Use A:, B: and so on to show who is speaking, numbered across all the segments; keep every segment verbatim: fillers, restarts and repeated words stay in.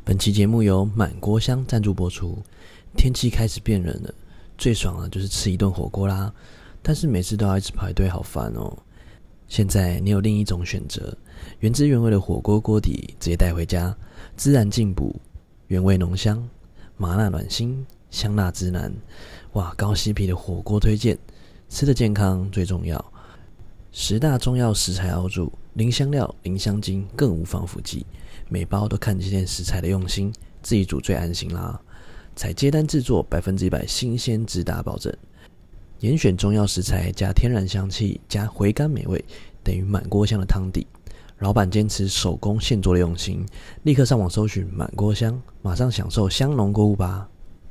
A: 本期节目由满锅香赞助播出。天气开始变冷了，最爽的就是吃一顿火锅啦，但是每次都要一直排队，好烦哦。现在你有另一种选择，原汁原味的火锅锅底直接带回家，孜然进补，原味浓香，麻辣暖心，香辣之南，哇，高 C P 的火锅推荐，吃的健康最重要。十大中药食材熬煮，零香料、零香精，更无防腐剂。每包都看这件食材的用心，自己煮最安心啦。采接单制作，百分之一百新鲜直达保证。严选中药食材，加天然香气，加回甘美味，等于满锅香的汤底。老板坚持手工现做的用心，立刻上网搜寻满锅香，马上享受香浓购物吧。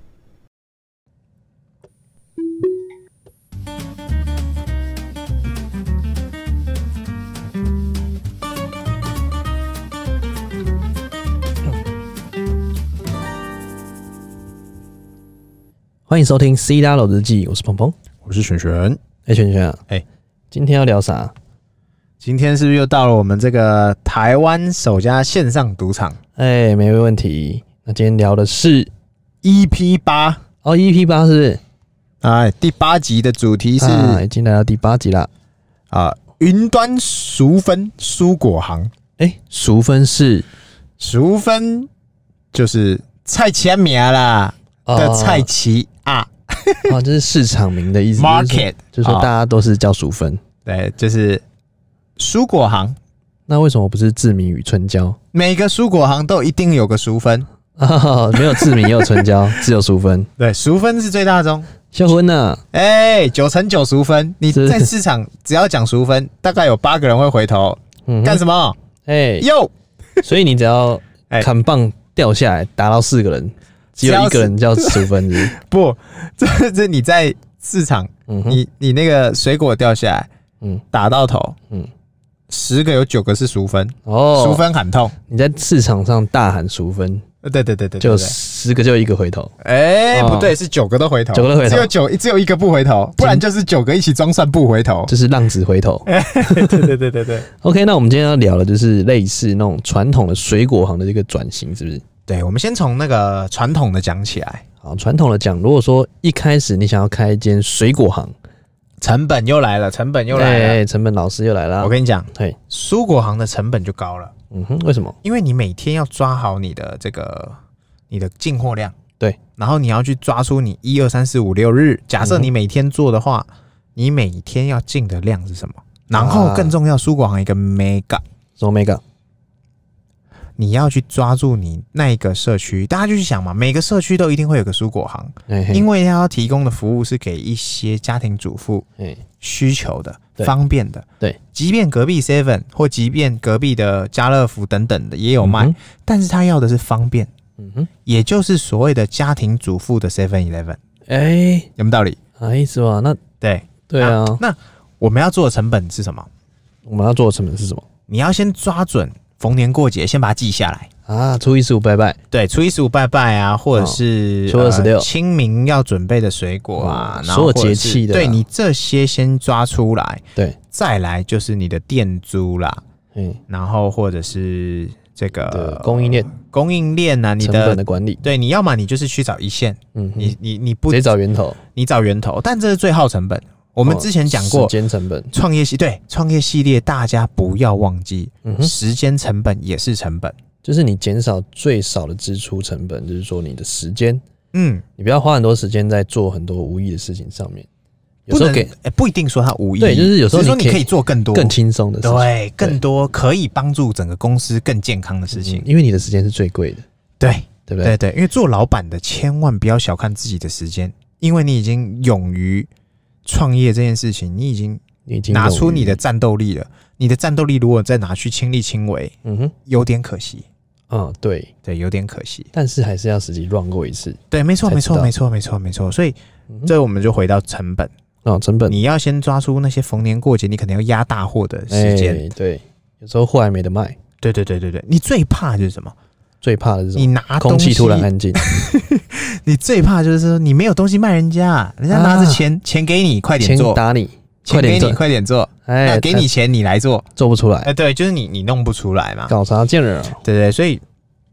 A: 欢迎收听 C 大佬日记，我是鹏鹏，
B: 我是璇璇。
A: 哎、欸，璇璇啊，哎、欸，今天要聊啥？
B: 今天是不是又到了我们这个台湾首家线上赌场？
A: 哎、欸，没问题。那今天聊的是
B: E P 八
A: 哦 ，E P 八是不是？
B: 哎，第八集的主题是，
A: 啊、已经来到第八集了
B: 啊。云端淑芬蔬果行，
A: 哎、欸，淑芬是
B: 淑芬就是菜奇名啦的菜奇啊，
A: 哦，这是市场名的意思
B: ，market，
A: 就是说大家都是叫淑芬，
B: 对，就是蔬果行。
A: 那为什么不是志明与春娇？
B: 每个蔬果行都一定有个淑芬
A: 啊，没有志明也有春娇，只有淑芬。
B: 对，淑芬是最大宗。
A: 秀芬呐，
B: 哎，九成九淑芬，你在市场只要讲淑芬，大概有八个人会回头干、嗯、什么？
A: 哎，
B: 哟，所
A: 以你只要砍棒掉下来，打到四个人。只有一个人叫淑芬是
B: 不，这这你在市场，嗯、你你那个水果掉下来，嗯，打到头，嗯，十个有九个是淑芬哦，淑芬喊痛。
A: 你在市场上大喊淑芬，
B: 对对对对，
A: 就十个就一个回头。
B: 哎、欸哦，不对，是九个都回头，
A: 九个都回头，
B: 只有九只有一个不回头，不然就是九个一起装蒜不回头，
A: 就是浪子回头。
B: 对对对对对。
A: OK， 那我们今天要聊的就是类似那种传统的水果行的这个转型，是不是？
B: 对，我们先从那个传统的讲起来。
A: 好，传统的讲，如果说一开始你想要开一间水果行，
B: 成本又来了，成本又来了，
A: 欸、成本老师又来了。
B: 我跟你讲，
A: 对，
B: 蔬果行的成本就高了。
A: 嗯哼，为什么？
B: 因为你每天要抓好你的这个你的进货量，
A: 对，
B: 然后你要去抓出你一二三四五六日，假设你每天做的话，嗯、你每天要进的量是什么？然后更重要，蔬果行一个 mega，
A: 什么 mega？
B: 你要去抓住你那一个社区，大家就去想嘛，每个社区都一定会有个蔬果行，嘿嘿，因为它要提供的服务是给一些家庭主妇需求的、方便的。对，即便隔壁 seven 或即便隔壁的家乐福等等的也有卖，嗯、但是他要的是方便，嗯哼，也就是所谓的家庭主妇的 seven eleven。哎，有没有道理？
A: 啊，意思吧？那
B: 对
A: 对啊，
B: 那我们要做的成本是什么？
A: 我们要做的成本是什么？
B: 你要先抓准。逢年过节，先把它记下来
A: 啊！初一十五拜拜，
B: 对，初一十五拜拜啊，或者是、
A: 哦、初二十六
B: 清明要准备的水果啊，
A: 嗯、所有节气的、啊，
B: 对你这些先抓出来，
A: 对，
B: 再来就是你的店租啦，嗯，然后或者是这个
A: 供应链，
B: 供应链啊，你的
A: 成本的管理，
B: 对，你要么你就是去找一线，嗯，你你你不
A: 直接找源头，
B: 你找源头，但这是最耗成本。我们之前讲过，
A: 时间成本，
B: 创业系对创业系列，大家不要忘记，嗯、时间成本也是成本，
A: 就是你减少最少的支出成本，就是说你的时间，嗯，你不要花很多时间在做很多无意的事情上面。有时候给
B: 不, 欸、不一定说它无意，
A: 对，就是有时候 你,
B: 说你可以做更多
A: 更轻松的事情，
B: 对，更多可以帮助整个公司更健康的事情，
A: 嗯、因为你的时间是最贵的，
B: 对
A: 对不对？
B: 对对，因为做老板的千万不要小看自己的时间，因为你已经勇于。创业这件事情，你已经拿出你的战斗力了。你的战斗力如果再拿去亲力亲为，嗯哼，有点可惜。
A: 嗯，对
B: 对，有点可惜。
A: 但是还是要实际 run 过一次。
B: 对，没错，没错，没错，没错，没错。所以，嗯、这我们就回到成本。
A: 哦，成本，
B: 你要先抓出那些逢年过节，你可能要压大货的时间、欸。
A: 对，有时候货还没得卖。
B: 对对对对对，你最怕就是什么？
A: 最怕的是什么？
B: 你拿
A: 空气突然安静。
B: 你最怕就是说你没有东西卖人家，人家拿着钱、啊、钱给你，快点做，
A: 钱打你，
B: 钱给你，快点做，哎，给你钱你来做，
A: 做不出来，
B: 哎，对，就是你你弄不出来嘛，
A: 搞啥劲儿啊？
B: 对对，所以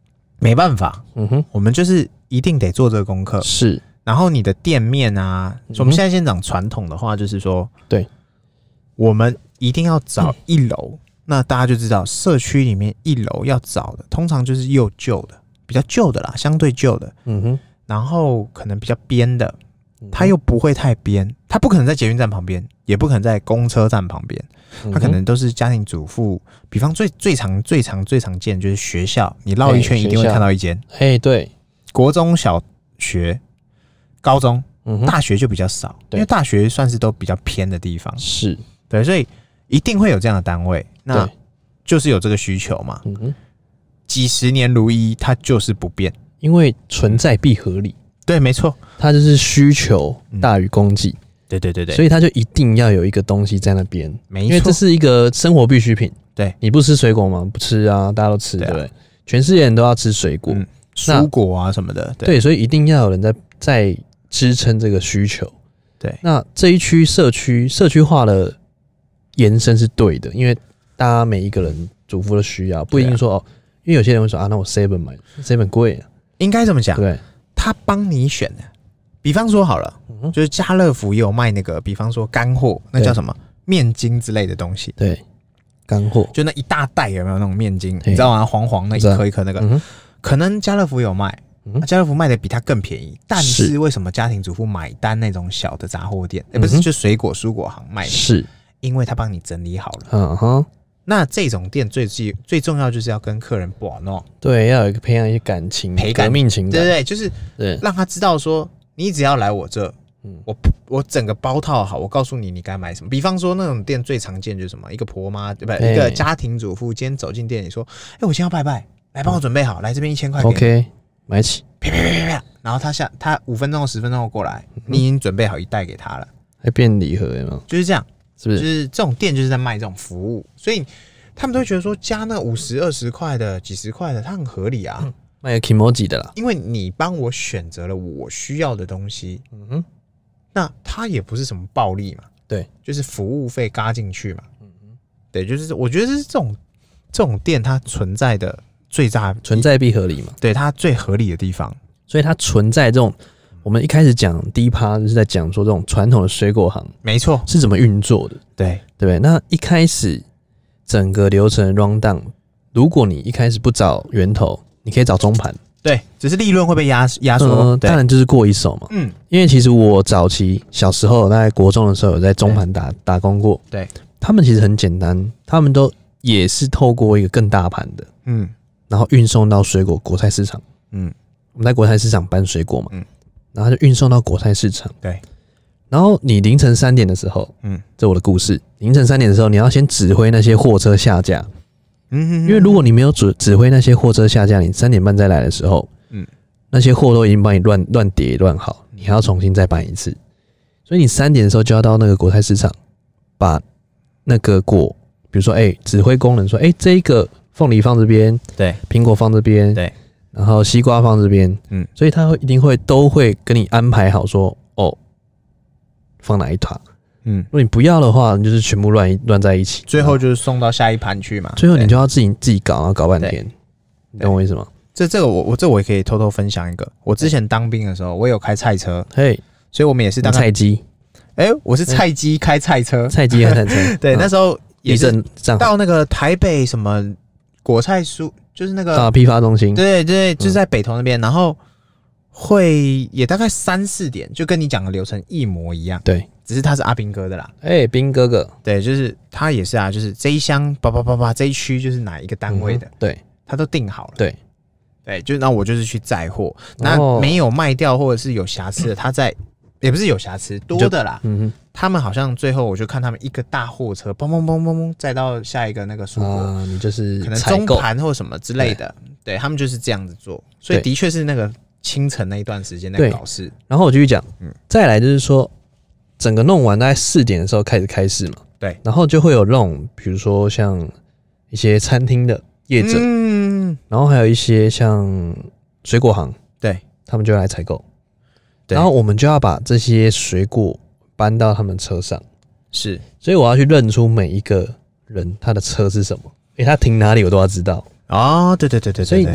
B: 没办法，嗯哼，我们就是一定得做这个功课。
A: 是，
B: 然后你的店面啊，嗯、我们现在先讲传统的话，就是说，
A: 对，
B: 我们一定要找一楼、嗯，那大家就知道社区里面一楼要找的，通常就是又旧的，比较旧的啦，相对旧的，嗯哼，然后可能比较边的，它又不会太边，它不可能在捷运站旁边，也不可能在公车站旁边。它可能都是家庭主妇，比方最最常、最常、最常见就是学校，你绕一圈一定会看到一间。
A: 哎，对，
B: 国中小学、高中、嗯、大学就比较少，因为大学算是都比较偏的地方。
A: 是，
B: 对，所以一定会有这样的单位，那就是有这个需求嘛。嗯哼，几十年如一，它就是不变，
A: 因为存在必合理。
B: 对，没错，
A: 它就是需求大于供给。嗯，
B: 对对对对，
A: 所以它就一定要有一个东西在那边，
B: 没错，
A: 因为这是一个生活必需品。
B: 对，
A: 你不吃水果吗？不吃啊，大家都吃， 对,、啊、对不对？全世界人都要吃水果、
B: 嗯、蔬果啊什么的。对，
A: 对，所以一定要有人在在支撑这个需求。
B: 对，
A: 那这一区社区社区化的延伸是对的，因为大家每一个人主妇的需要，不一定说、啊、哦，因为有些人会说啊，那我 seven 买 seven 贵啊，
B: 应该这么讲，
A: 对，
B: 他帮你选的。比方说好了，嗯、就是家乐福也有卖那个，比方说干货，那叫什么面筋之类的东西。
A: 对，干货
B: 就那一大袋有没有那种面筋？你知道吗？黄黄那一颗一颗那个，嗯、可能家乐福有卖，嗯、家乐福卖的比它更便宜。但是为什么家庭主妇买单那种小的杂货店，欸、不是就水果蔬果行卖的？
A: 是
B: 因为他帮你整理好了。
A: 嗯哼。
B: 那这种店最最重要就是要跟客人把弄，
A: 对，要有一个培养一些感情、革命情感，
B: 对对对，就是让他知道说。你只要来我这，嗯、我我整个包套好，我告诉你你该买什么。比方说那种店最常见就是什么，一个婆妈对不对？一个家庭主妇今天走进店里说：“哎、欸，我今天要拜拜，来帮我准备好，嗯、来这边一千块。”
A: OK， 买起，
B: 啪啪啪啪，然后他下他五分钟十分钟后过来，嗯、你已经准备好一袋给他了，
A: 还变礼盒有没有？
B: 就是这样，
A: 是不是？
B: 就是这种店就是在卖这种服务，所以他们都会觉得说加那五十、二十块的、几十块的，它很合理啊。嗯
A: 卖 Kimoji 的啦，
B: 因为你帮我选择了我需要的东西，嗯哼，那它也不是什么暴利嘛，
A: 对，
B: 就是服务费嘎进去嘛，嗯哼，对，就是我觉得是这种这种店它存在的最大
A: 存在必合理嘛，
B: 对，它最合理的地方，
A: 所以它存在这种，我们一开始讲第一趴就是在讲说这种传统的水果行，
B: 没错，
A: 是怎么运作的，
B: 对，
A: 对不对？那一开始整个流程 run down， 如果你一开始不找源头。你可以找中盘，
B: 对，只是利润会被压压缩、
A: 呃，当然就是过一手嘛。嗯，因为其实我早期小时候，大概国中的时候有在中盘打打工过。
B: 对，
A: 他们其实很简单，他们都也是透过一个更大盘的，嗯，然后运送到水果果菜市场。嗯，我们在果菜市场搬水果嘛，嗯，然后就运送到果菜市场。
B: 对，
A: 然后你凌晨三点的时候，嗯，这是我的故事。凌晨三点的时候，你要先指挥那些货车下架。嗯，因为如果你没有指指挥那些货车下架，你三点半再来的时候，嗯，那些货都已经帮你乱乱叠乱好，你还要重新再搬一次，所以你三点的时候就要到那个果菜市场，把那个果，比如说，哎、欸，指挥工人说，哎、欸，这一个凤梨放这边，
B: 对，
A: 苹果放这边，
B: 对，
A: 然后西瓜放这边，嗯，所以他会一定会都会跟你安排好说，哦，放哪一塔。嗯，如果你不要的话，你就是全部乱乱在一起，
B: 最后就是送到下一盘去嘛。
A: 最后你就要自己自己搞，然后搞半天，你懂我意思吗？
B: 这这个我我这我也可以偷偷分享一个。我之前当兵的时候，我有开菜车，
A: 嘿，
B: 所以我们也是当
A: 菜鸡。
B: 哎、欸，我是菜鸡开菜车，
A: 菜鸡开菜车。
B: 对，嗯、那时候也是
A: 到
B: 到那个台北什么果菜蔬，就是那个
A: 到批发中心。
B: 对对，就是在北投那边，然后会也大概三四点，就跟你讲的流程一模一样。对。只是他是阿兵哥的啦，
A: 哎、欸，兵哥哥，
B: 对，就是他也是啊，就是这一箱叭叭叭叭，这一区就是哪一个单位的，嗯、
A: 对，
B: 他都定好了，
A: 对，
B: 对，就那我就是去载货，那没有卖掉或者是有瑕疵的，他在也不是有瑕疵多的啦，嗯哼，他们好像最后我就看他们一个大货车，嘣嘣嘣嘣嘣，载到下一个那个蔬果，
A: 啊，你就是
B: 可能中盘或什么之类的，对，对他们就是这样子做，所以的确是那个清晨那一段时间在搞事，
A: 然后我继续讲，嗯，再来就是说。整个弄完大概四点的时候开始开市嘛，
B: 对，
A: 然后就会有那种比如说像一些餐厅的业者，嗯，然后还有一些像水果行，
B: 对，
A: 他们就来采购，然后我们就要把这些水果搬到他们车上，
B: 是，
A: 所以我要去认出每一个人他的车是什么，诶、欸，他停哪里我都要知道。
B: 哦，对对对 对, 對，
A: 所以你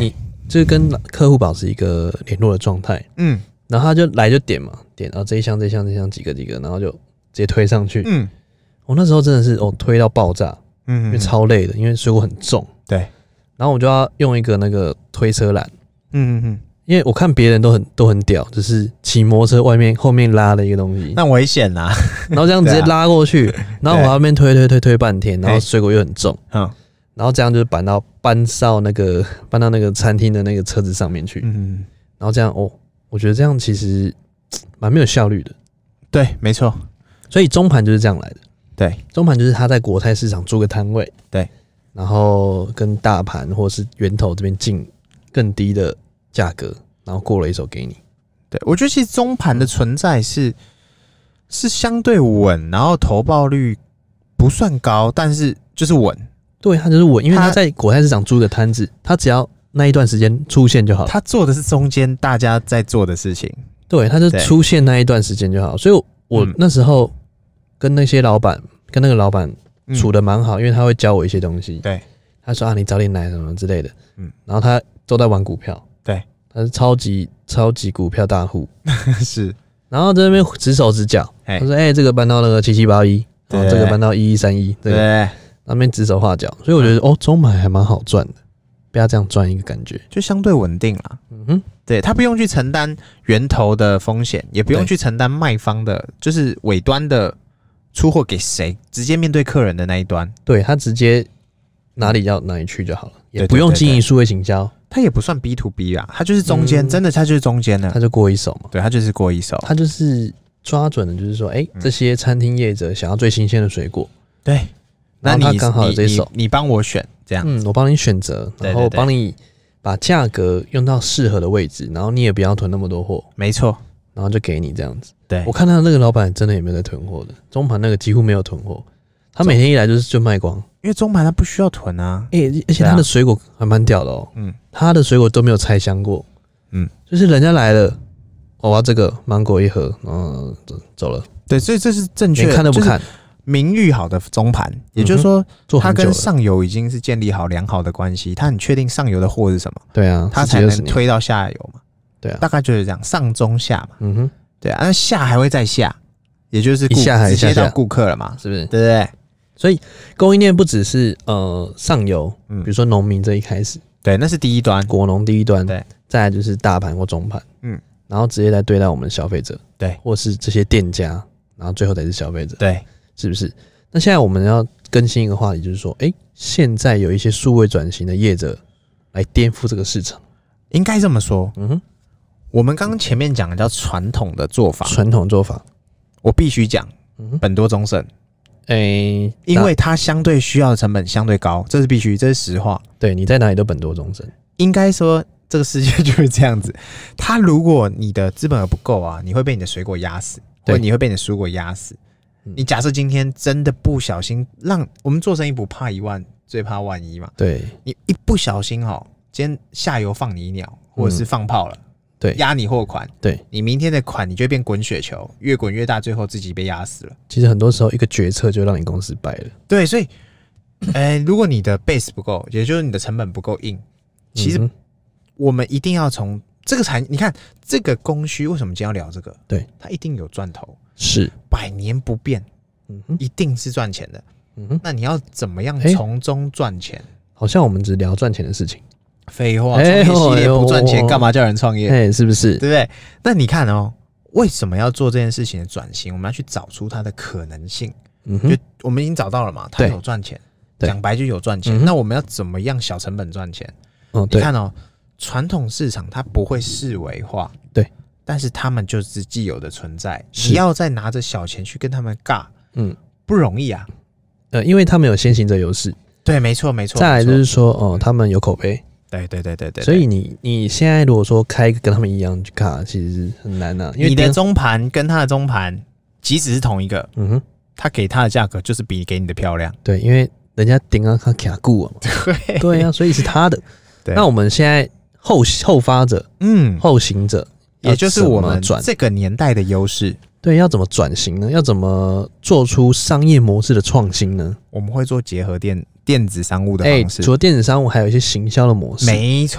A: 就是跟客户保持一个联络的状态。嗯，然后他就来就点嘛，点啊这一箱这一箱这一箱几个几个，然后就直接推上去。嗯，我、哦、那时候真的是哦推到爆炸，嗯，因为超累的，因为水果很重。
B: 对，
A: 然后我就要用一个那个推车篮。嗯嗯嗯。因为我看别人都很都很屌，就是骑摩托车外面后面拉的一个东西，
B: 那危险呐！
A: 然后这样直接拉过去，然后我那边推推推推半天，然后水果又很重，嗯，然后这样就是搬到搬到那个搬到那个餐厅的那个车子上面去，嗯，然后这样哦，我觉得这样其实蛮没有效率的。
B: 对，没错。
A: 所以中盘就是这样来的。
B: 对，
A: 中盘就是他在国泰市场租个摊位，
B: 对，
A: 然后跟大盘或是源头这边进更低的价格，然后过了一手给你。
B: 对，我觉得其实中盘的存在是是相对稳，然后投报率不算高，但是就是稳。
A: 对，它就是稳，因为他在国泰市场租个摊子，他只要那一段时间出现就好了。
B: 他做的是中间大家在做的事情。
A: 对，他就出现那一段时间就好。所以我那时候跟那些老板，跟那个老板处得蛮好，因为他会教我一些东西。
B: 对，
A: 他说啊，你早点来什么之类的。嗯，然后他都在玩股票。
B: 对，
A: 他是超级超级股票大户。
B: 是，
A: 然后在那边指手指脚。他说：“哎、欸，这个搬到那个七七八一，哦，这个搬到一一三一，这个那边指手画脚。”所以我觉得、嗯、哦，中盘还蛮好赚的，不要这样赚一个感觉，
B: 就相对稳定啦。嗯哼，对，他不用去承担源头的风险，也不用去承担卖方的，就是尾端的出货给谁，直接面对客人的那一端。
A: 对，他直接哪里要哪里去就好了，也不用经营数位行销。
B: 他也不算 B to B 啦，他就是中间、嗯，真的他就是中间的，
A: 他就过一手嘛。
B: 对，他就是过一手，
A: 他就是抓准的，就是说，哎、欸嗯，这些餐厅业者想要最新鲜的水果，
B: 对，
A: 那你刚好有这一手，
B: 你帮我选这样，
A: 嗯，我帮你选择，然后帮你把价格用到适合的位置，然后你也不要囤那么多货，
B: 没错，
A: 然后就给你这样子。
B: 对，
A: 我看到那个老板真的也没有在囤货的，中盘那个几乎没有囤货，他每天一来就是就卖光。
B: 因为中盘它不需要囤啊，
A: 欸、而且它的水果还蛮屌的哦、喔，嗯，它的水果都没有拆箱过，嗯，就是人家来了，哦，我要这个芒果一盒，嗯，走了，
B: 对，所以这是正确的，
A: 连看都不看，
B: 就是名誉好的中盘，也就是说，它跟上游已经是建立好良好的关系，它很确定上游的货是什么，
A: 对啊，
B: 它才能推到下游嘛，
A: 对啊，
B: 大概就是这样，上中下嘛，嗯哼，对啊，那下还会再下，也就是
A: 一下还
B: 直接到顾客了嘛，
A: 是不是？
B: 对不对？
A: 所以供应链不只是呃上游，嗯，比如说农民这一开始，
B: 对，那是第一端，
A: 果农第一端，
B: 对，
A: 再来就是大盘或中盘，嗯，然后直接再对待我们消费者，
B: 对，
A: 或是这些店家，然后最后才是消费者，
B: 对，
A: 是不是？那现在我们要更新一个话题，就是说，哎、欸，现在有一些数位转型的业者来颠覆这个市场，
B: 应该这么说，嗯哼，我们刚刚前面讲的叫传统的做法，
A: 传统做法，
B: 我必须讲，嗯，本多忠胜。
A: 哎、欸，
B: 因为它相对需要的成本相对高，这是必须，这是实话。
A: 对，你在哪里都本多忠胜。
B: 应该说，这个世界就是这样子。它如果你的资本额不够啊，你会被你的水果压死，或者你会被你的蔬果压死。你假设今天真的不小心让，让我们做生意不怕一万，最怕万一嘛。
A: 对，
B: 你一不小心哦，今天下游放你一鸟，或者是放炮了。嗯，
A: 对，压
B: 你货款，
A: 对，
B: 你明天的款你就会变滚雪球，越滚越大，最后自己被压死了。
A: 其实很多时候一个决策就让你公司败了。
B: 对，所以，呃，如果你的 base 不够，也就是你的成本不够硬，其实我们一定要从这个产，你看这个供需为什么今天要聊这个？
A: 对，
B: 它一定有赚头，
A: 是
B: 百年不变，嗯哼，一定是赚钱的。嗯哼，那你要怎么样从中赚钱？
A: 好像我们只聊赚钱的事情。
B: 废话，创业系列不赚钱，干嘛叫人创业？
A: 哎，是不是？
B: 对不对？那你看哦，为什么要做这件事情的转型？我们要去找出它的可能性。嗯哼，就我们已经找到了嘛，它有赚钱，讲白就有赚钱。那我们要怎么样小成本赚钱？哦，你看哦，传统市场它不会视为化，
A: 对，
B: 但是他们就是既有的存在。你要再拿着小钱去跟他们尬，嗯，不容易啊。
A: 呃，因为他们有先行者优势。
B: 对，没错，没错。
A: 再来就是说，哦，他们有口碑。
B: 对对对对对，
A: 所以你你现在如果说开一个跟他们一样去卡，其实很难啊。因为
B: 你的中盘跟他的中盘，即使是同一个，嗯哼，他给他的价格就是比给你的漂亮。
A: 对，因为人家顶啊他卡固啊嘛。对对啊，所以是他的。那我们现在后后发者，嗯，后行者，
B: 也就是我们这个年代的优势。
A: 对，要怎么转型呢？要怎么做出商业模式的创新呢？
B: 我们会做结合电电子商务的方式。
A: 欸、除了电子商务，还有一些行销的模式。
B: 没错，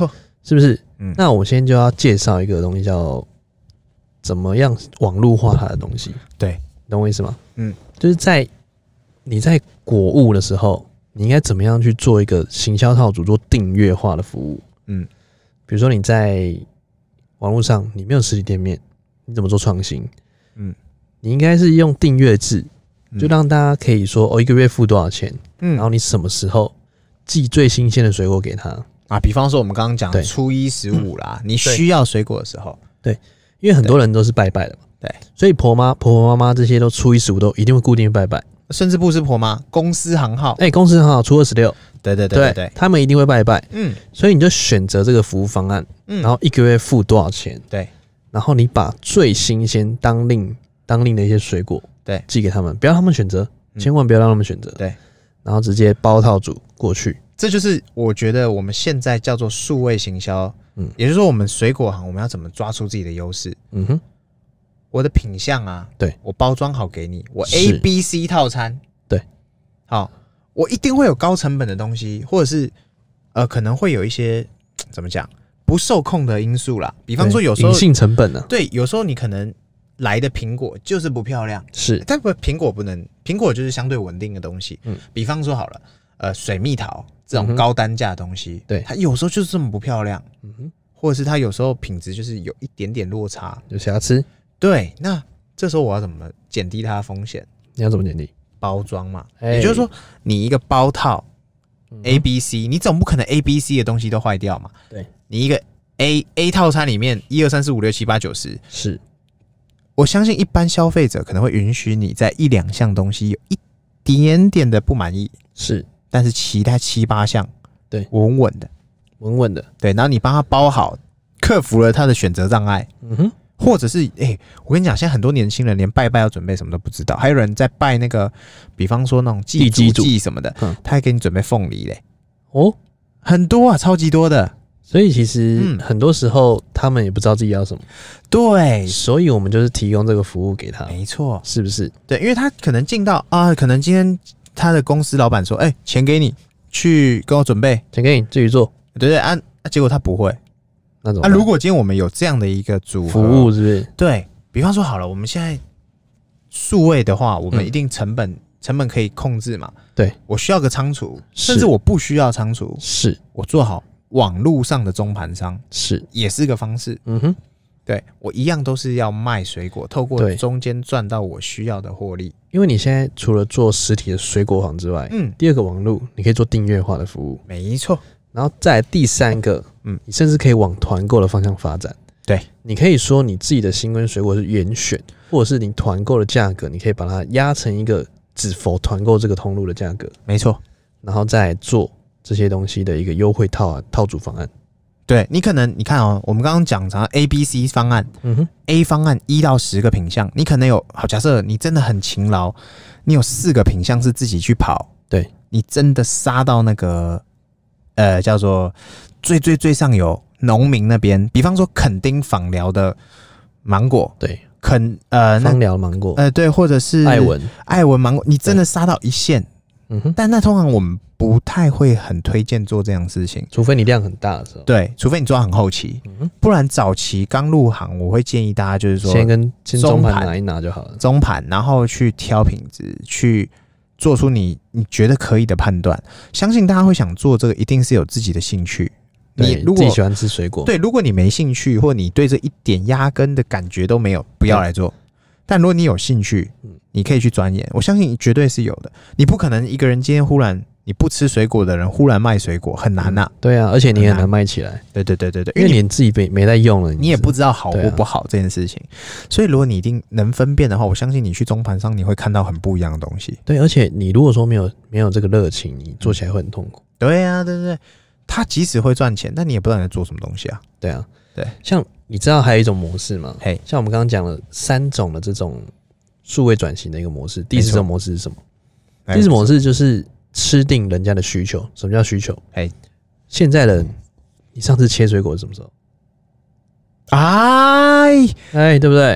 A: 是不是？嗯，那我先就要介绍一个东西，叫怎么样网络化它的东西。
B: 对，
A: 懂我意思吗？嗯，就是在你在果物的时候，你应该怎么样去做一个行销套组，做订阅化的服务？嗯，比如说你在网络上你没有实体店面，你怎么做创新？嗯，你应该是用订阅制，就让大家可以说哦，一个月付多少钱，嗯，然后你什么时候寄最新鲜的水果给他
B: 啊？比方说我们刚刚讲初一十五啦，你需要水果的时候，
A: 对，因为很多人都是拜拜的嘛，
B: 对，
A: 所以婆妈、婆婆妈妈这些都初一十五都一定会固定拜拜，
B: 甚至不是婆妈，公司行号，
A: 哎、欸，公司行号初二十六，
B: 对对对 对, 对，
A: 他们一定会拜拜，嗯，所以你就选择这个服务方案，嗯，然后一个月付多少钱，
B: 对，
A: 然后你把最新鲜当令当令的一些水果，
B: 对，
A: 寄给他们，不要让他们选择，千万不要让他们选择，
B: 对，
A: 然后直接包套组过去。
B: 这就是我觉得我们现在叫做数位行销，嗯，也就是说我们水果行我们要怎么抓出自己的优势？嗯哼，我的品项啊，
A: 对，
B: 我包装好给你，我 A B C 套餐，
A: 对，
B: 好，我一定会有高成本的东西，或者是呃可能会有一些怎么讲不受控的因素啦，比方说有时候
A: 隐性成本啊，
B: 对，有时候你可能来的苹果就是不漂亮，
A: 是，
B: 但不苹果不能，苹果就是相对稳定的东西，嗯，比方说好了，呃，水蜜桃。这种高单价的东西，嗯、对它有时候就是这么不漂亮，嗯哼，或者是它有时候品质就是有一点点落差，
A: 有瑕疵。
B: 对，那这时候我要怎么减低它的风险？
A: 你要怎么减低？
B: 包装嘛，欸、也就是说，你一个包套 A B C，、嗯、你总不可能 A B C 的东西都坏掉嘛？
A: 对，
B: 你一个 A A 套餐里面一二三四五六七八九十，
A: 是，
B: 我相信一般消费者可能会允许你在一两项东西有一点点的不满意，
A: 是。
B: 但是其他七八项，
A: 对，
B: 稳稳的，
A: 稳稳的，
B: 对，然后你帮他包好，克服了他的选择障碍，嗯哼，或者是，哎、欸，我跟你讲，现在很多年轻人连拜拜要准备什么都不知道，还有人在拜那个，比方说那种祭祖祭什么的，嗯，他还给你准备凤梨嘞，
A: 哦，
B: 很多啊，超级多的，
A: 所以其实很多时候他们也不知道自己要什么，
B: 对，
A: 所以我们就是提供这个服务给他，
B: 没错，
A: 是不是？
B: 对，因为他可能进到啊，可能今天。他的公司老板说：“哎、欸，钱给你，去跟我准备，
A: 钱给你自己做。”
B: 对对啊，啊，结果他不会，
A: 那怎么办？
B: 啊，如果今天我们有这样的一个组合
A: 服务，是不是？
B: 对，比方说好了，我们现在数位的话，我们一定成本、嗯、成本可以控制嘛？对，我需要个仓储，甚至我不需要仓储，
A: 是
B: 我做好网络上的中盘商，
A: 是
B: 也是个方式。嗯哼。对，我一样都是要卖水果，透过中间赚到我需要的获利。
A: 因为你现在除了做实体的水果行之外，嗯，第二个网络你可以做订阅化的服务，
B: 没错。
A: 然后再来第三个，嗯，你甚至可以往团购的方向发展。
B: 对，
A: 你可以说你自己的新鲜水果是严选，或者是你团购的价格，你可以把它压成一个只否团购这个通路的价格，
B: 没错。
A: 然后再来做这些东西的一个优惠套啊套组方案。
B: 对，你可能你看哦，我们刚刚讲成 A B C 方案，嗯哼 ，A 方案一到十个品项，你可能有好，假设你真的很勤劳，你有四个品项是自己去跑，
A: 对，
B: 你真的杀到那个呃叫做最最最上游农民那边，比方说垦丁枋寮的芒果，
A: 对，
B: 垦呃
A: 枋寮芒果，
B: 呃对，或者是
A: 爱文
B: 爱文芒果，你真的杀到一线，嗯哼，但那通常我们不太会很推荐做这样的事情，
A: 除非你量很大的时候。
B: 对，除非你做到很后期，嗯、不然早期刚入行，我会建议大家就是说，
A: 先跟先中盘拿一拿就好了。
B: 中盘，然后去挑品质，去做出你你觉得可以的判断。相信大家会想做这个，一定是有自己的兴趣。你如果
A: 自己喜欢吃水果，
B: 对，如果你没兴趣，或你对这一点压根的感觉都没有，不要来做。但如果你有兴趣，你可以去钻研，我相信你绝对是有的。你不可能一个人今天忽然你不吃水果的人忽然卖水果，很难呐、啊嗯。
A: 对啊，而且你很难卖起来。
B: 对对对对对，
A: 因为你自己没没在用了，
B: 你也不知道好或不好这件事情。啊、所以如果你一定能分辨的话，我相信你去中盘商你会看到很不一样的东西。
A: 对，而且你如果说没有没有这个热情，你做起来会很痛苦。
B: 对啊，对对对，他即使会赚钱，但你也不知道你在做什么东西啊。
A: 对啊，
B: 对，
A: 像你知道还有一种模式吗？
B: 嘿，
A: 像我们刚刚讲了三种的这种数位转型的一个模式，第四种模式是什么？第四种模式就是吃定人家的需求。什么叫需求？哎，现在人，你上次切水果是什么时候？
B: 哎
A: 哎，对不对？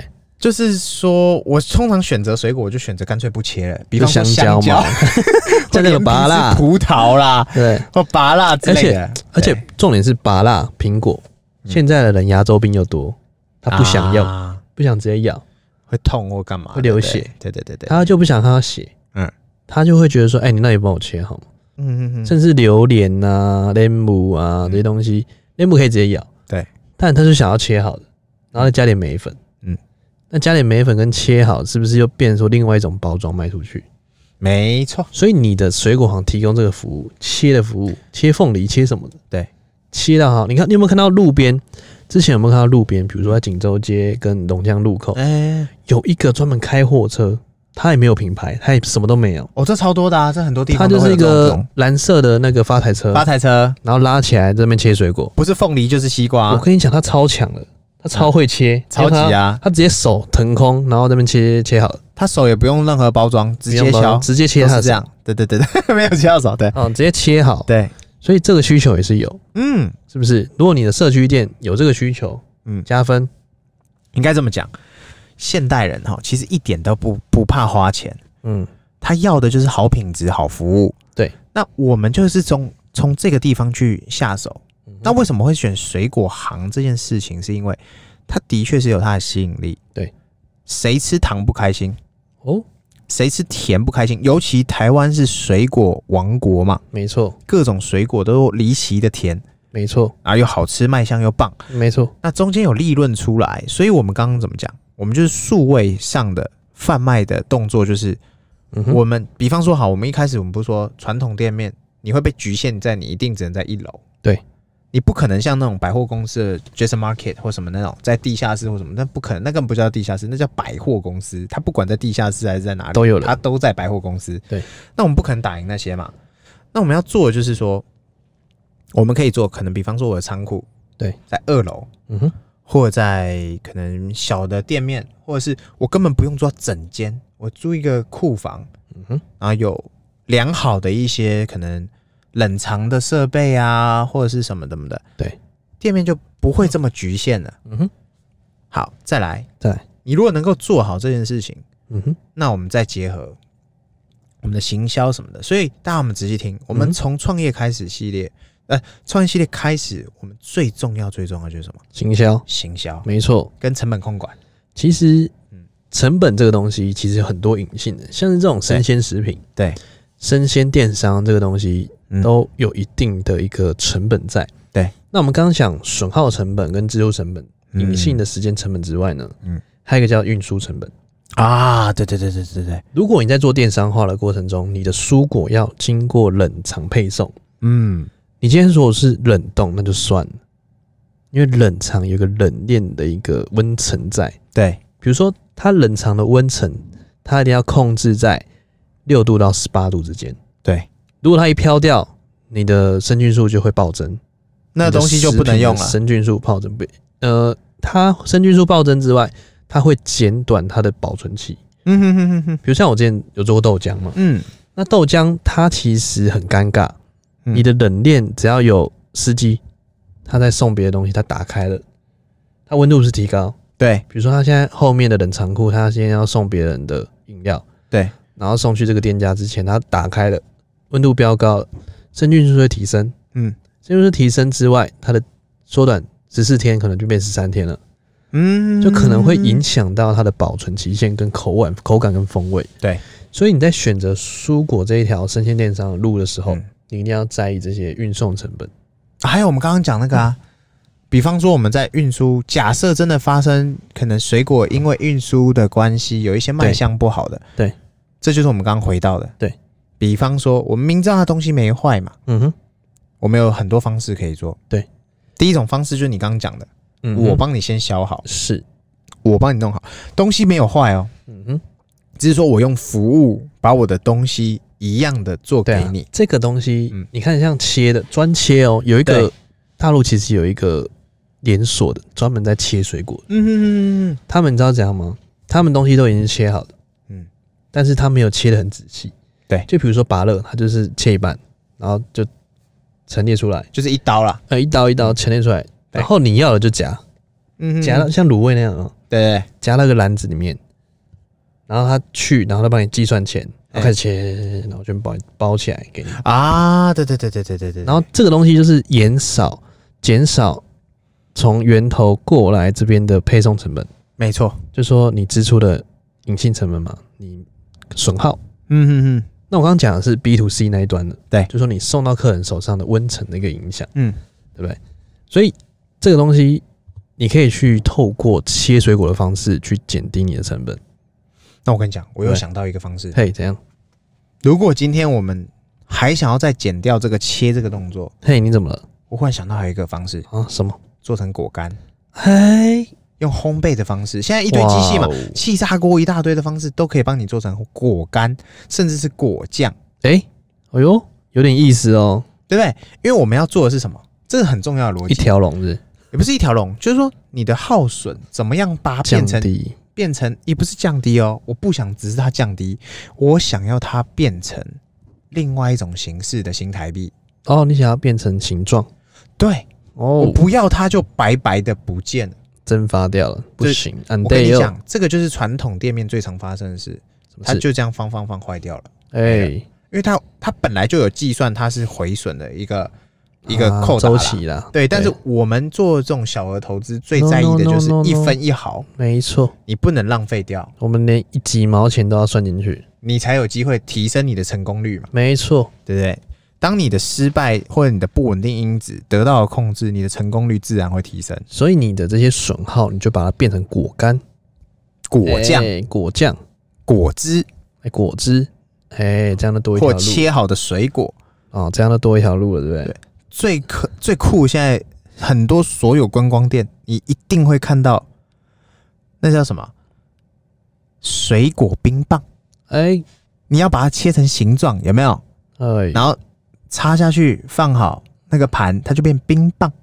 B: 就是说我通常选择水果，我就选择干脆不切了，比方说
A: 香蕉嘛，像那个芭乐、
B: 葡萄啦，
A: 对，
B: 或芭乐之类的。
A: 而且重点是芭乐、苹果，现在的人牙周病又多，他不想要，啊、不想直接咬，
B: 会痛或干嘛，
A: 会流血。
B: 对对对对，
A: 他就不想看到血，嗯，他就会觉得说，哎、欸，你那里帮我切好吗？嗯嗯嗯，甚至榴莲啊、莲雾啊、嗯、这些东西，莲雾可以直接咬，
B: 对，
A: 但他就想要切好的，然后再加点梅粉。那加点梅粉跟切好，是不是又变成说另外一种包装卖出去？
B: 没错，
A: 所以你的水果行提供这个服务，切的服务，切凤梨，切什么的，
B: 对，
A: 切到好。你看，你有没有看到路边？之前有没有看到路边？比如说在锦州街跟龙江路口，哎、欸，有一个专门开货车，它也没有品牌，它也什么都没有。
B: 哦，这超多的啊，这很多地方
A: 它就是一个蓝色的那个发财车，
B: 发财车，
A: 然后拉起来这边切水果，
B: 不是凤梨就是西瓜。
A: 我跟你讲，它超强的。他超会切，
B: 超级啊！
A: 他直接手腾空，然后这边切切好了，
B: 他手也不用任何包装，直接削，
A: 直接切他的
B: 这样。对对对对，没有切到手，对，
A: 嗯，直接切好。
B: 对，
A: 所以这个需求也是有，嗯，是不是？如果你的社区店有这个需求，嗯，加分。
B: 应该这么讲，现代人哈，其实一点都不不怕花钱，嗯，他要的就是好品质、好服务。
A: 对，
B: 那我们就是从从这个地方去下手。那为什么会选水果行这件事情？是因为它的确是有它的吸引力。
A: 对，
B: 谁吃糖不开心？
A: 哦，
B: 谁吃甜不开心？尤其台湾是水果王国嘛，
A: 没错，
B: 各种水果都离奇的甜，
A: 没错，
B: 啊，又好吃，卖相又棒，
A: 没错。
B: 那中间有利润出来，所以我们刚刚怎么讲？我们就是数位上的贩卖的动作，就是我们，比方说好，我们一开始我们不是说传统店面你会被局限在你一定只能在一楼，
A: 对。
B: 你不可能像那种百货公司的 Jason Market 或什么那种在地下室或什么，那不可能，那根本不叫地下室，那叫百货公司。它不管在地下室还是在哪里，
A: 都有人，
B: 它都在百货公司。
A: 对，
B: 那我们不可能打赢那些嘛。那我们要做的就是说，我们可以做，可能比方说我的仓库，
A: 对，
B: 在二楼，嗯哼，或者在可能小的店面，或者是我根本不用做整间，我租一个库房，嗯哼，然后有良好的一些可能。冷藏的设备啊，或者是什么什么的，
A: 对，
B: 店面就不会这么局限了。嗯哼，好，再来，
A: 再来，
B: 你如果能够做好这件事情，嗯哼，那我们再结合我们的行销什么的。所以大家我们仔细听，我们从创业开始系列，呃，创业系列开始，我们最重要最重要就是什么？
A: 行销，
B: 行销，
A: 没错，
B: 跟成本控管。
A: 其实，嗯，成本这个东西其实有很多隐性的，像是这种生鲜食品，
B: 对，
A: 生鲜电商这个东西。都有一定的一个成本在，
B: 对。
A: 那我们刚刚讲损耗成本跟支出成本，隐性的时间成本之外呢，嗯，还有一个叫运输成本
B: 啊，对对对对对对。
A: 如果你在做电商化的过程中，你的蔬果要经过冷藏配送，嗯，你今天如果是冷冻，那就算了，因为冷藏有一个冷链的一个温层在，
B: 对。
A: 比如说它冷藏的温层，它一定要控制在六度到十八度之间，
B: 对。
A: 如果它一飘掉，你的生菌数就会暴增，
B: 那东西就不能用了。
A: 生菌数暴增，呃，它生菌数暴增之外，它会减短它的保存期。嗯哼哼哼哼。比如像我之前有做过豆浆嘛，嗯，那豆浆它其实很尴尬，嗯、你的冷链只要有司机，他在送别的东西，他打开了，它温度是提高。
B: 对，
A: 比如说他现在后面的冷藏库，他现在要送别人的饮料，
B: 对，
A: 然后送去这个店家之前，他打开了。温度飙高了，生菌数会提升。嗯，生菌数提升之外，它的缩短十四天可能就变十三天了。嗯，就可能会影响到它的保存期限跟口感、口感跟风味。
B: 对，
A: 所以你在选择蔬果这一条生鲜电商的路的时候，嗯、你一定要在意这些运送成本。
B: 还有我们刚刚讲那个啊，嗯、比方说我们在运输，假设真的发生可能水果因为运输的关系有一些卖相不好的，
A: 对，对
B: 这就是我们刚刚回到的，
A: 对。
B: 比方说，我们明知道它东西没坏嘛，嗯哼，我们有很多方式可以做。
A: 对，
B: 第一种方式就是你刚刚讲的，嗯，我帮你先削好，
A: 是
B: 我帮你弄好，东西没有坏哦，嗯哼，只是说我用服务把我的东西一样的做给你。
A: 啊、这个东西，嗯、你看像切的专切哦，有一个大陆其实有一个连锁的专门在切水果，嗯哼哼哼，他们你知道怎样吗？他们东西都已经是切好的，嗯，但是他没有切得很仔细。
B: 对，
A: 就比如说芭乐，它就是切一半，然后就陈列出来，
B: 就是一刀啦，
A: 呃，一刀一刀陈列出来，然后你要的就夹，嗯，夹到像卤味那样啊，
B: 对，
A: 加那个篮子里面，然后他去，然后他帮你计算钱，然后开始切，然后就包包起来给你
B: 啊，对对对对对对对。
A: 然后这个东西就是减少减少从源头过来这边的配送成本，
B: 没错，
A: 就说你支出的隐性成本嘛，你损耗，
B: 嗯嗯嗯。
A: 那我刚刚讲的是 B to C 那一端的，
B: 对，
A: 就说你送到客人手上的温层的一个影响，
B: 嗯，
A: 对不对？所以这个东西你可以去透过切水果的方式去减低你的成本。
B: 那我跟你讲，我又想到一个方式，
A: 嘿，怎样？
B: 如果今天我们还想要再减掉这个切这个动作，
A: 嘿，你怎么了？
B: 我忽然想到还有一个方式
A: 啊，什么？
B: 做成果干。
A: 嘿。
B: 用烘焙的方式，现在一堆机器嘛，气炸锅一大堆的方式都可以帮你做成果干，甚至是果酱。
A: 哎、欸，哎呦，有点意思哦，
B: 对不对？因为我们要做的是什么？这是很重要的逻辑。
A: 一条龙是？
B: 也不是一条龙，就是说你的耗损怎么样把它变成变成，也不是降低哦。我不想只是它降低，我想要它变成另外一种形式的新台币。
A: 哦，你想要变成形状？
B: 对，哦，我不要它就白白的不见了。
A: 蒸发掉了，不行。
B: 我跟你讲，这个就是传统店面最常发生的事，它就这样放放放坏掉了。哎、欸，因为它它本来就有计算它是毁损的一个一个扣打
A: 周期啦。
B: 对，但是我们做这种小额投资最在意的就是一分一毫，
A: 没错，
B: 你不能浪费掉。
A: 我们连一几毛钱都要算进去，
B: 你才有机会提升你的成功率嘛。
A: 没错，
B: 对不对？当你的失败或者你的不稳定因子得到了控制，你的成功率自然会提升。
A: 所以你的这些损耗，你就把它变成果干、
B: 果酱、
A: 欸、果酱、
B: 果汁、
A: 欸、果汁，哎、欸，这样的多一条路。
B: 或切好的水果，
A: 哦，这样的多一条路了，对不对？
B: 对，最可最酷，现在很多所有观光店，你一定会看到，那叫什么？水果冰棒。哎、欸，你要把它切成形状，有没有？哎、欸，然后插下去放好那个盘，它就变冰棒。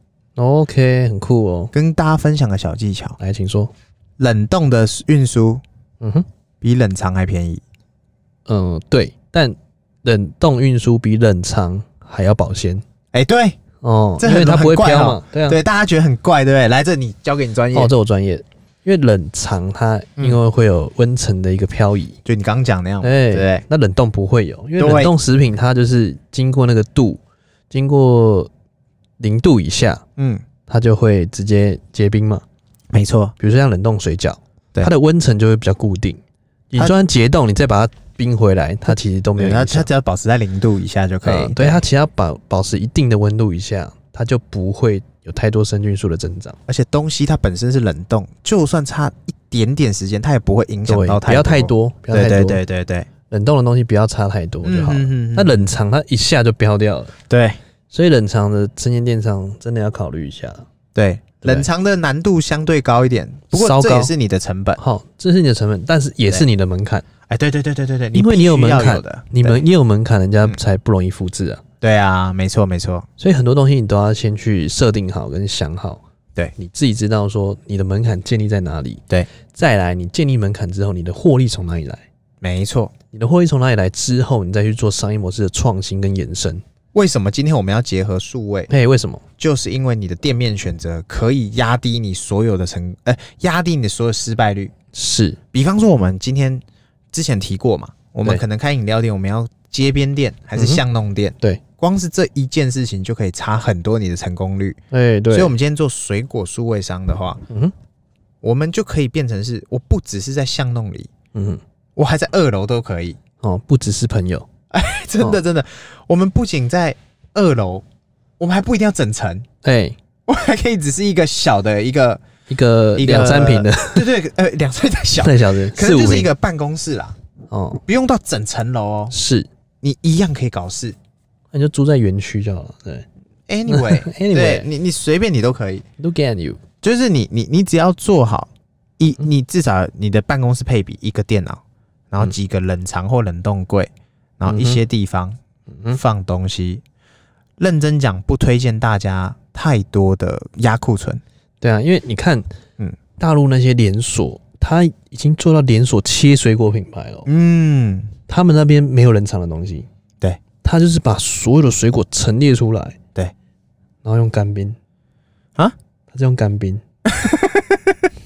A: OK， 很酷哦。
B: 跟大家分享个小技巧，
A: 来，请说。
B: 冷冻的运输，
A: 嗯哼，
B: 比冷藏还便宜。
A: 嗯、呃，对，但冷冻运输比冷藏还要保鲜。
B: 哎、欸，对，
A: 哦，
B: 这
A: 因为它不会飘嘛，对啊，
B: 对，大家觉得很怪，对不对？来，这你交给你专业。
A: 哦，这我专业。因为冷藏它因为会有温层的一个漂移，
B: 就你刚刚讲那样，
A: 欸、对，那冷冻不会有，因为冷冻食品它就是经过那个度，经过零度以下，嗯，它就会直接结冰嘛。
B: 没错，
A: 比如说像冷冻水饺，它的温层就会比较固定，你就算解冻，你再把它冰回来，它其实都没有影响。
B: 它只要保持在零度以下就可以。
A: 嗯、对，它其实要保保持一定的温度以下，它就不会有太多生菌数的增长。
B: 而且东西它本身是冷冻，就算差一点点时间，它也不会影响到太多。
A: 不要太多，不要太多。
B: 对对对对对，
A: 冷冻的东西不要差太多就好了。嗯嗯嗯，那冷藏它一下就飙掉了。
B: 对，
A: 所以冷藏的生鲜电商真的要考虑一下。
B: 对，冷藏的难度相对高一点，不过这也是你的成本。
A: 好，这是你的成本，但是也是你的门槛。
B: 哎，对对对对对对，
A: 因为你有门槛的，你们你有门槛，人家才不容易复制啊。
B: 对啊，没错没错。
A: 所以很多东西你都要先去设定好跟想好。
B: 对，
A: 你自己知道说你的门槛建立在哪里。
B: 对，
A: 再来你建立门槛之后，你的获利从哪里来？
B: 没错，
A: 你的获利从哪里来之后，你再去做商业模式的创新跟延伸。
B: 为什么今天我们要结合数位？
A: 嘿，为什么？
B: 就是因为你的店面选择可以压低你所有的成，呃，压低你的所有失败率。
A: 是，
B: 比方说我们今天之前提过嘛，我们可能开饮料店，我们要街边店还是巷弄店？嗯、对，光是这一件事情就可以差很多你的成功率。哎，对。所以我们今天做水果数位商的话，嗯哼，我们就可以变成是，我不只是在巷弄里，嗯哼，我还在二楼都可以。
A: 哦，不只是朋友。
B: 哎，真的真的，我们不仅在二楼，我们还不一定要整层，哎、欸，我还可以只是一个小的一个
A: 一个两三平的，
B: 对对，呃，两三太小，
A: 太小的，
B: 可能就是一个办公室啦，哦，不用到整层楼哦，是你一样可以搞事，
A: 那你就住在园区就好了，对
B: ，anyway， anyway， 对你你随便你都可以
A: ，look at you， 就是
B: 你你你只要做好一，你至少你的办公室配比一个电脑，然后几个冷藏或冷冻柜。然后一些地方放东西，认真讲，不推荐大家太多的压库存。
A: 对啊，因为你看，嗯，大陆那些连锁，它已经做到连锁切水果品牌了。嗯，他们那边没有冷藏的东西，
B: 对，
A: 他就是把所有的水果陈列出来，
B: 对，
A: 然后用干冰啊，他是用干冰，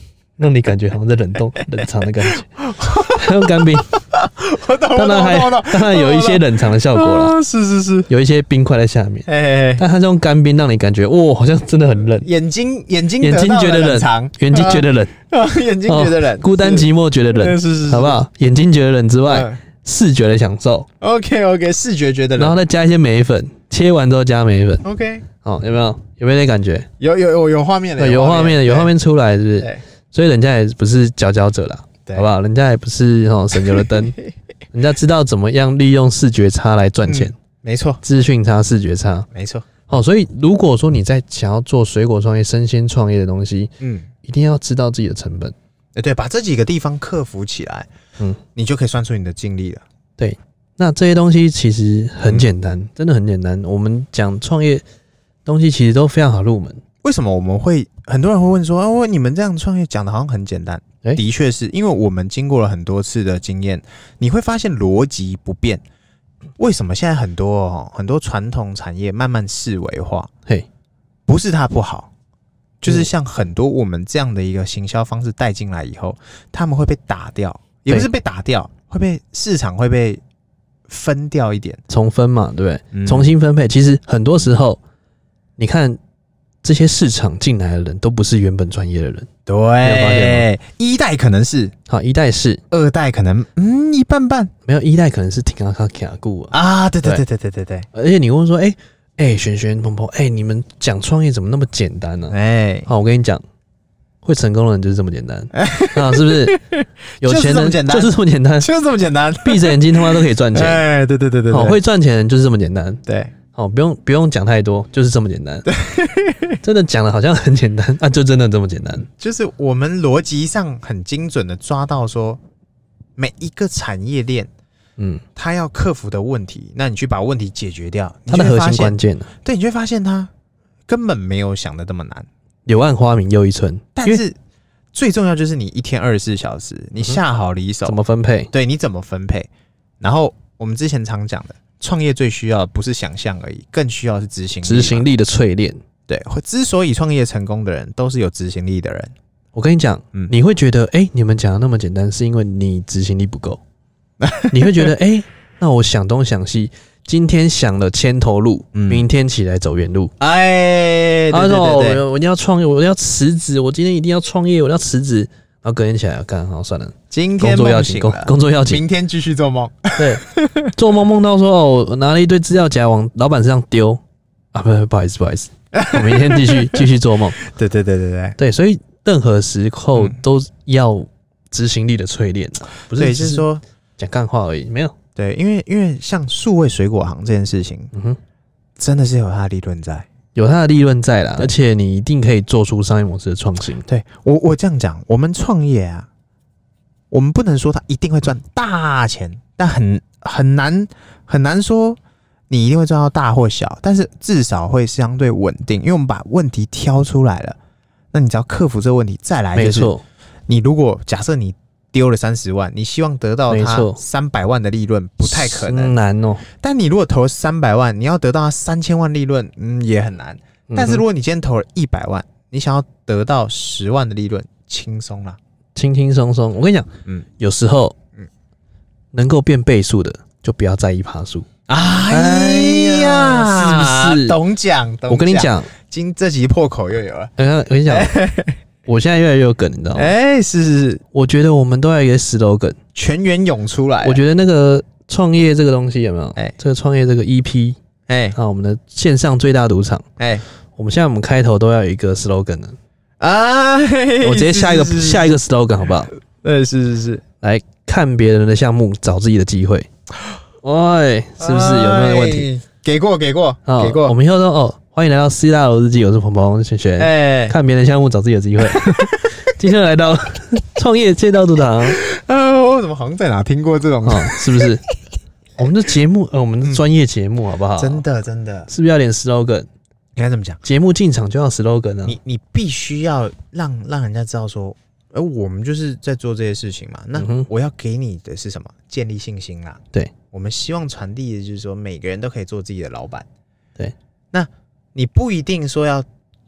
A: 让你感觉好像在冷冻冷藏的感觉。还用干冰，
B: 我懂，
A: 当然还当然有一些冷藏的效果啦、
B: 啊，是是是，
A: 有一些冰块在下面，
B: 哎哎哎，
A: 但它是用干冰让你感觉，哇，好像真的很冷。
B: 眼睛眼睛
A: 眼睛觉得冷，眼睛觉得冷，
B: 眼睛觉得冷，
A: 孤单寂寞觉得冷，
B: 是是是，
A: 好不好？眼睛觉得冷之外，视觉的享受
B: ，OK OK， 视觉觉得冷，
A: 然后再加一些梅粉，切完之后加梅粉
B: ，OK，
A: 哦，有没有有没有那感觉？
B: 有有有有画面的，
A: 有画面的，有画面出来，是不是？所以人家也不是佼佼者啦。好不好？人家也不是哦省油的灯，人家知道怎么样利用视觉差来赚钱、嗯。
B: 没错，
A: 资讯差、视觉差，
B: 没错。
A: 哦，所以如果说你在想要做水果创业、生鲜创业的东西，嗯，一定要知道自己的成本。
B: 欸、对，把这几个地方克服起来，嗯，你就可以算出你的净利了。
A: 对，那这些东西其实很简单，嗯、真的很简单。我们讲创业东西其实都非常好入门。
B: 为什么我们会很多人会问说啊，你们这样创业讲的好像很简单？欸、的确是因为我们经过了很多次的经验，你会发现逻辑不变。为什么现在很多、哦、很多传统产业慢慢式微化？嘿，不是它不好，就是像很多我们这样的一个行销方式带进来以后，他们会被打掉，也不是被打掉，会被市场会被分掉一点，
A: 重分嘛，对不对？嗯、重新分配。其实很多时候，你看。这些市场进来的人都不是原本专业的人，
B: 对，一代可能是，
A: 好，一代是，
B: 二代可能嗯一半半，
A: 没有一代可能是挺卡卡卡固
B: 啊，对对对对对对对，
A: 而且你问说，哎、欸、哎，璇璇鹏鹏，哎，你们讲创业怎么那么简单呢、啊？哎、欸，好，我跟你讲，会成功的人就是这么简单，啊，是不是？有钱人就是这么简单，
B: 就是这么简单，
A: 闭着眼睛他妈都可以赚钱，
B: 哎、欸，对对对对，
A: 好，会赚钱的人就是这么简单，
B: 对。
A: 好，不用不用讲太多，就是这么简单。真的讲的好像很简单啊，就真的这么简单。
B: 就是我们逻辑上很精准的抓到说，每一个产业链，嗯，它要克服的问题，那你去把问题解决掉，
A: 它的核心关键，
B: 对，你就会发现它根本没有想的这么难。
A: 柳暗花明又一村，
B: 但是最重要就是你一天二十四小时，你下好离手、
A: 嗯、怎么分配？
B: 对，你怎么分配？然后我们之前常讲的。创业最需要的不是想象而已，更需要的是执行力。
A: 执行力的淬炼，
B: 对，之所以创业成功的人，都是有执行力的人。
A: 我跟你讲，嗯，你会觉得，哎、欸，你们讲的那么简单，是因为你执行力不够。你会觉得，哎、欸，那我想东想西，今天想了牵头路，嗯、明天起来走原路。
B: 哎，对对对对，
A: 我我一定要创业，我要辞职，我今天一定要创业，我要辞职。然后隔天起来干，好算了，
B: 今天
A: 工作要紧，工工作要紧，
B: 明天继续做梦。
A: 对，做梦梦到说哦，我拿了一堆资料夹往老板身上丢啊，不不好意思不好意思，我明天继续继续做梦。
B: 对对对对对
A: 对，所以任何时候都要执行力的淬炼啊，不是
B: 就是说
A: 讲干话而已，没有。
B: 对，因为因为像数位水果行这件事情，嗯哼，真的是有它的利润在。
A: 有它的利润在啦，而且你一定可以做出商业模式的创新。
B: 对我，我这样讲，我们创业啊，我们不能说它一定会赚大钱，但很很难很难说你一定会赚到大或小，但是至少会相对稳定，因为我们把问题挑出来了。那你只要克服这个问题，再来就是，没错，你如果假设你丢了三十万，你希望得到它三百万的利润，不太可能，
A: 难哦。
B: 但你如果投了三百万，你要得到它三千万利润，嗯，也很难。嗯、但是如果你今天投了一百万，你想要得到十万的利润，轻松啦，
A: 轻轻松松。我跟你讲，嗯，有时候，嗯，能够变倍数的，就不要在意趴数。
B: 哎呀，
A: 是不是？
B: 懂讲，
A: 我跟你讲，
B: 今这集破口又有了。
A: 嗯，我跟你讲。我现在越来越有梗，你知道吗？
B: 哎、欸，是是是，
A: 我觉得我们都要有一个 slogan
B: 全员涌出来。
A: 我觉得那个创业这个东西有没有？哎、欸，这个创业这个 E P， 哎、欸，啊，我们的线上最大赌场，哎、欸，我们现在我们开头都要有一个 slogan 的啊，我直接下一个是是是下一个 slogan 好不好？
B: 对，是是是，
A: 来看别人的项目，找自己的机会。喂，是不是有没有问题？
B: 给过，给过，
A: 哦、
B: 给过。
A: 我们以后说哦。欢迎来到 C 大楼日记，我是鹏鹏璇璇。哎，看别人项目找自己的机会。今天来到创业见到赌场。
B: 呃，我怎么好像在哪听过这种？
A: 哦，是不是？我们的节目，呃，我们的专业节目，好不好？
B: 真的，真的，
A: 是不是要点 slogan？
B: 应该这么讲，
A: 节目进场就要 slogan 啊。
B: 你你必须要让让人家知道说，呃，我们就是在做这些事情嘛。那我要给你的是什么？建立信心啦。
A: 对，
B: 我们希望传递的就是说，每个人都可以做自己的老板。
A: 对，
B: 那。你不一定说要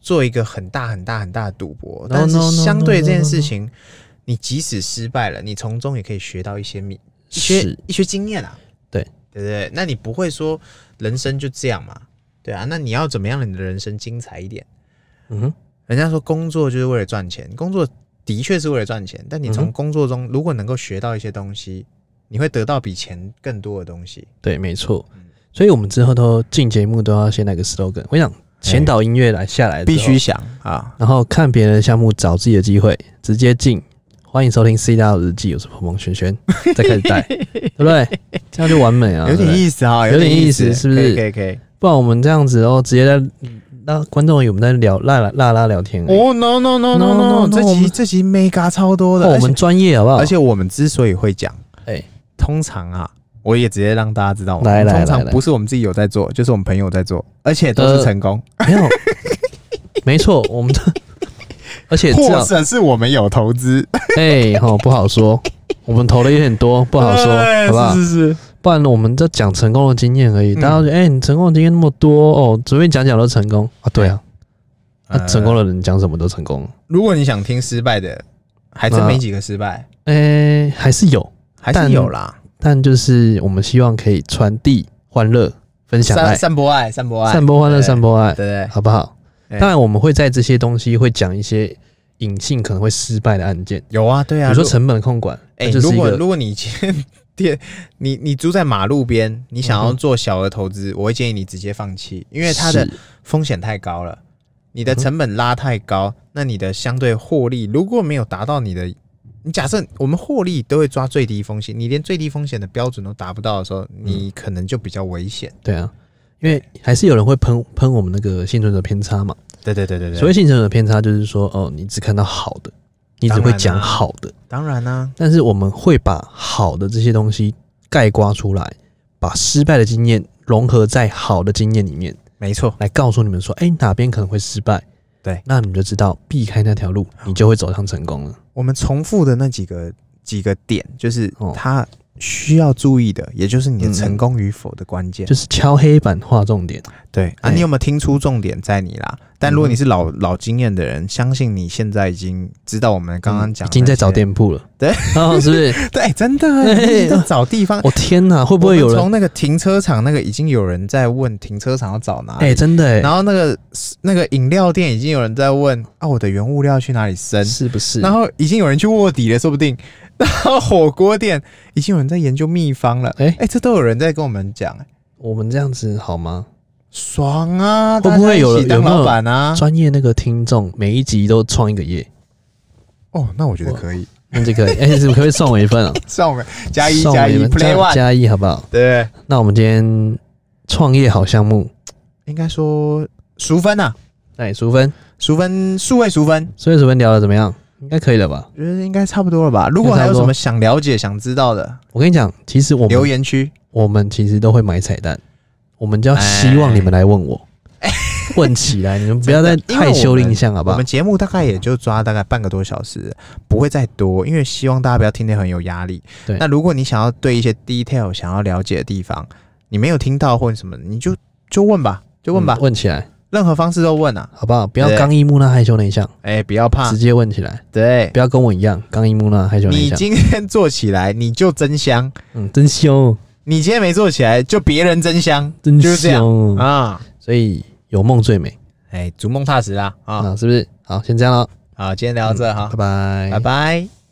B: 做一个很大很大很大的赌博， no, 但是相对这件事情， no, no, no, no, no, no. 你即使失败了，你从中也可以学到一些一些一些经验啊。
A: 对
B: 对不对？那你不会说人生就这样嘛？对啊，那你要怎么样让你的人生精彩一点？嗯哼，人家说工作就是为了赚钱，工作的确是为了赚钱，但你从工作中如果能够学到一些东西，你会得到比钱更多的东西。
A: 对，没错。所以我们之后都进节目都要先来个 slogan。我想前导音乐来下来，
B: 必须想啊，
A: 然后看别人的项目，找自己的机会，直接进。欢迎收听 C W 日记，我是彭彭璇璇，再开始带，对不对？这样就完美啊，
B: 有点意思啊，
A: 有点意思，是不是？
B: 可以可以。
A: 不然我们这样子哦，直接在让观众以为我们在聊拉拉拉聊天。
B: 哦 ，no no no no no， 这集这集 mega 超多的，
A: 我们专业好不好？
B: 而且我们之所以会讲，哎，通常啊。我也直接让大家知道，
A: 来来来，
B: 通常不是我们自己有在做，就是我们朋友在做，而且都是成功。
A: 呃、没有，没错，我们的，而且
B: 或者是我们有投资，
A: 哎、欸，哦，不好说，我们投的有点多，不好说，好不好？
B: 是是是，
A: 不然我们在讲成功的经验而已。嗯、大家觉得，哎、欸，你成功的经验那么多哦，随便讲讲都成功啊？对啊，那、啊、成功的人讲什么都成功。
B: 如果你想听失败的，还真没几个失败。
A: 哎、欸，还是有，
B: 还是有啦。
A: 但就是我们希望可以传递欢乐，分享爱，
B: 散播爱，散播爱，
A: 散播欢乐，散播爱，
B: 对对，
A: 好不好？当然我们会在这些东西会讲一些隐性可能会失败的案件，
B: 有啊，对啊，
A: 比如说成本控管。
B: 哎、欸，如果如果你店你你住在马路边，你想要做小额投资，嗯、我会建议你直接放弃，因为它的风险太高了，你的成本拉太高，嗯、那你的相对获利如果没有达到你的。你假设我们获利都会抓最低风险，你连最低风险的标准都达不到的时候，你可能就比较危险。
A: 对啊，因为还是有人会喷喷我们那个幸存者偏差嘛。
B: 对对对对对。
A: 所谓幸存者偏差就是说，哦，你只看到好的，你只会讲好的。
B: 当然啦、啊。
A: 但是我们会把好的这些东西概括出来，把失败的经验融合在好的经验里面。
B: 没错，
A: 来告诉你们说，哎、欸，哪边可能会失败。
B: 对，
A: 那你就知道避开那条路，你就会走向成功了。
B: 我们重复的那几个几个点，就是它需要注意的，也就是你的成功与否的关键、嗯，
A: 就是敲黑板画重点。
B: 对啊，你有没有听出重点在你啦？但如果你是老、嗯、老经验的人，相信你现在已经知道我们刚刚讲、嗯，
A: 已经在找店铺了。
B: 对，
A: 哦，是不是？
B: 对，真的，你在找地方。
A: 我、哦、天哪，会不会有人
B: 从那个停车场那个已经有人在问停车场要找哪里？
A: 哎、欸，真的哎。
B: 然后那个那个饮料店已经有人在问啊，我的原物料去哪里生？
A: 是不是？
B: 然后已经有人去卧底了，说不定。然后火锅店已经有人在研究秘方了。哎、欸、哎、欸，这都有人在跟我们讲。
A: 我们这样子好吗？
B: 爽啊！
A: 会不会有
B: 当老板啊？
A: 专业那个听众每一集都创一个业？
B: 哦，那我觉得可以，
A: 那就可以。哎、欸，可不可以送我一份啊？
B: 送我们加一加一 ，Play One
A: 加一，好不好？
B: 对。
A: 那我们今天创业好项目，
B: 应该说淑芬啊，
A: 哎，淑芬，
B: 淑芬，数位淑芬，
A: 数位淑芬聊得怎么样？应该可以了吧？
B: 我觉得应该差不多了吧。如果还有什么想了解、想知道的，
A: 我跟你讲，其实我们
B: 留言区，
A: 我们其实都会买彩蛋。我们就要希望你们来问我，欸、问起来，你们不要再害羞吝啬，好不好？
B: 我们节目大概也就抓大概半个多小时，不会再多，因为希望大家不要听得很有压力。
A: 对。
B: 那如果你想要对一些 detail 想要了解的地方，你没有听到或者什么，你就就问吧，就问吧，
A: 嗯、问起来。
B: 任何方式都问啊，
A: 好不好？不要刚一木讷害羞内向，
B: 哎、欸，不要怕，
A: 直接问起来。
B: 对，
A: 不要跟我一样刚一木讷害羞内向。
B: 你今天做起来，你就真香，
A: 嗯，真香。
B: 你今天没做起来，就别人真香，
A: 真香
B: 就是这样啊。
A: 所以有梦最美，
B: 哎，逐梦踏实啦啊，
A: 是不是？好，先这样了。
B: 好，今天聊到这哈、
A: 嗯，拜拜，
B: 拜拜。